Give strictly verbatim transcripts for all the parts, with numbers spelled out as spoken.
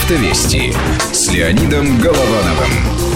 Автовести с Леонидом Головановым.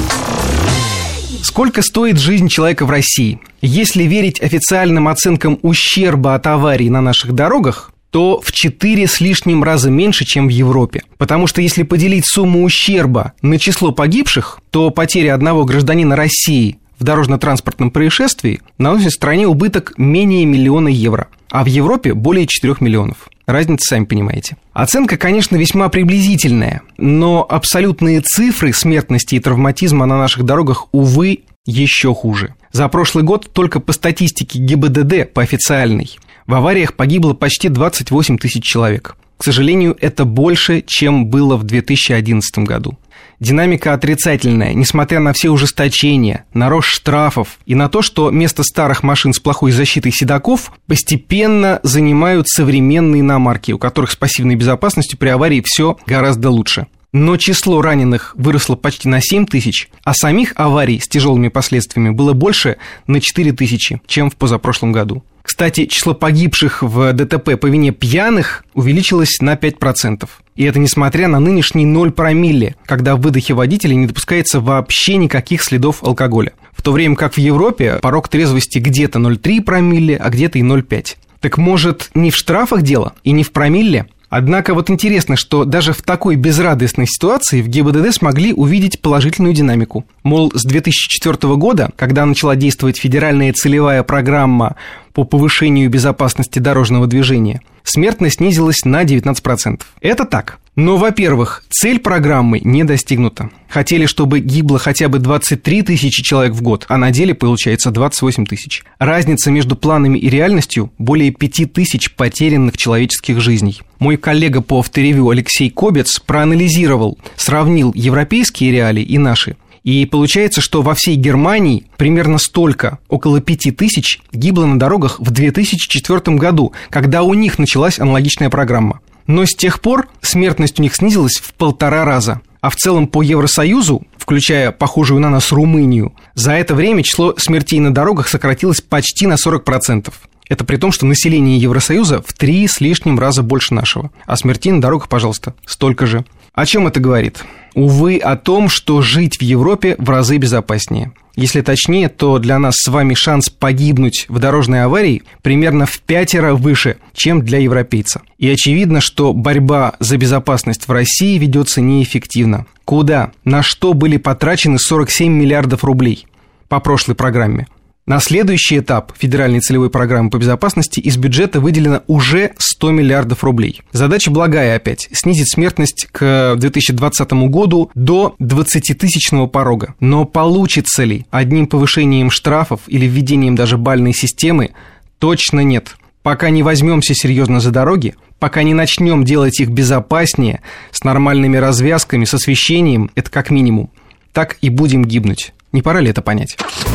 Сколько стоит жизнь человека в России? Если верить официальным оценкам ущерба от аварий на наших дорогах, то в четыре с лишним раза меньше, чем в Европе. Потому что если поделить сумму ущерба на число погибших, то потеря одного гражданина России в дорожно-транспортном происшествии наносит стране убыток менее миллиона евро, а в Европе более четырёх миллионов. Разница, сами понимаете. Оценка, конечно, весьма приблизительная, но абсолютные цифры смертности и травматизма на наших дорогах, увы, еще хуже. За прошлый год только по статистике ГИБДД, по официальной, в авариях погибло почти двадцать восемь тысяч человек. К сожалению, это больше, чем было в две тысячи одиннадцатом году. Динамика отрицательная, несмотря на все ужесточения, на рост штрафов и на то, что место старых машин с плохой защитой седаков постепенно занимают современные иномарки, у которых с пассивной безопасностью при аварии все гораздо лучше. Но число раненых выросло почти на семь тысяч, а самих аварий с тяжелыми последствиями было больше на четыре тысячи, чем в позапрошлом году. Кстати, число погибших в ДТП по вине пьяных увеличилось на пять процентов. И это несмотря на нынешний ноль промилле, когда в выдохе водителя не допускается вообще никаких следов алкоголя. В то время как в Европе порог трезвости где-то ноль целых три промилле, а где-то и ноль целых пять. Так может, не в штрафах дело и не в промилле? Однако вот интересно, что даже в такой безрадостной ситуации в ГИБДД смогли увидеть положительную динамику. Мол, с две тысячи четвёртого года, когда начала действовать федеральная целевая программа по повышению безопасности дорожного движения, смертность снизилась на девятнадцать процентов. Это так. Но, во-первых, цель программы не достигнута. Хотели, чтобы гибло хотя бы двадцать три тысячи человек в год, а на деле получается двадцать восемь тысяч. Разница между планами и реальностью – более пять тысяч потерянных человеческих жизней. Мой коллега по авторевью Алексей Кобец проанализировал, сравнил европейские реалии и наши. И получается, что во всей Германии примерно столько, около пяти тысяч, гибло на дорогах в две тысячи четвёртом году, когда у них началась аналогичная программа. Но с тех пор смертность у них снизилась в полтора раза. А в целом по Евросоюзу, включая похожую на нас Румынию, за это время число смертей на дорогах сократилось почти на сорок процентов. Это при том, что население Евросоюза в три с лишним раза больше нашего. А смертей на дорогах, пожалуйста, столько же. О чем это говорит? Увы, о том, что жить в Европе в разы безопаснее. Если точнее, то для нас с вами шанс погибнуть в дорожной аварии примерно в пятеро выше, чем для европейца. И очевидно, что борьба за безопасность в России ведется неэффективно. Куда? На что были потрачены сорок семь миллиардов рублей по прошлой программе? На следующий этап федеральной целевой программы по безопасности из бюджета выделено уже сто миллиардов рублей. Задача благая опять – снизить смертность к две тысячи двадцатому году до двадцатитысячного порога. Но получится ли одним повышением штрафов или введением даже бальной системы? Точно нет. Пока не возьмемся серьезно за дороги, пока не начнем делать их безопаснее, с нормальными развязками, с освещением, это как минимум, так и будем гибнуть. Не пора ли это понять?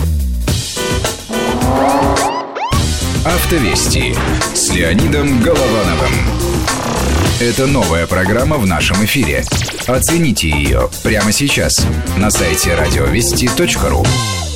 Автовести с Леонидом Головановым. Это новая программа в нашем эфире. Оцените ее прямо сейчас на сайте радиовести точка ру.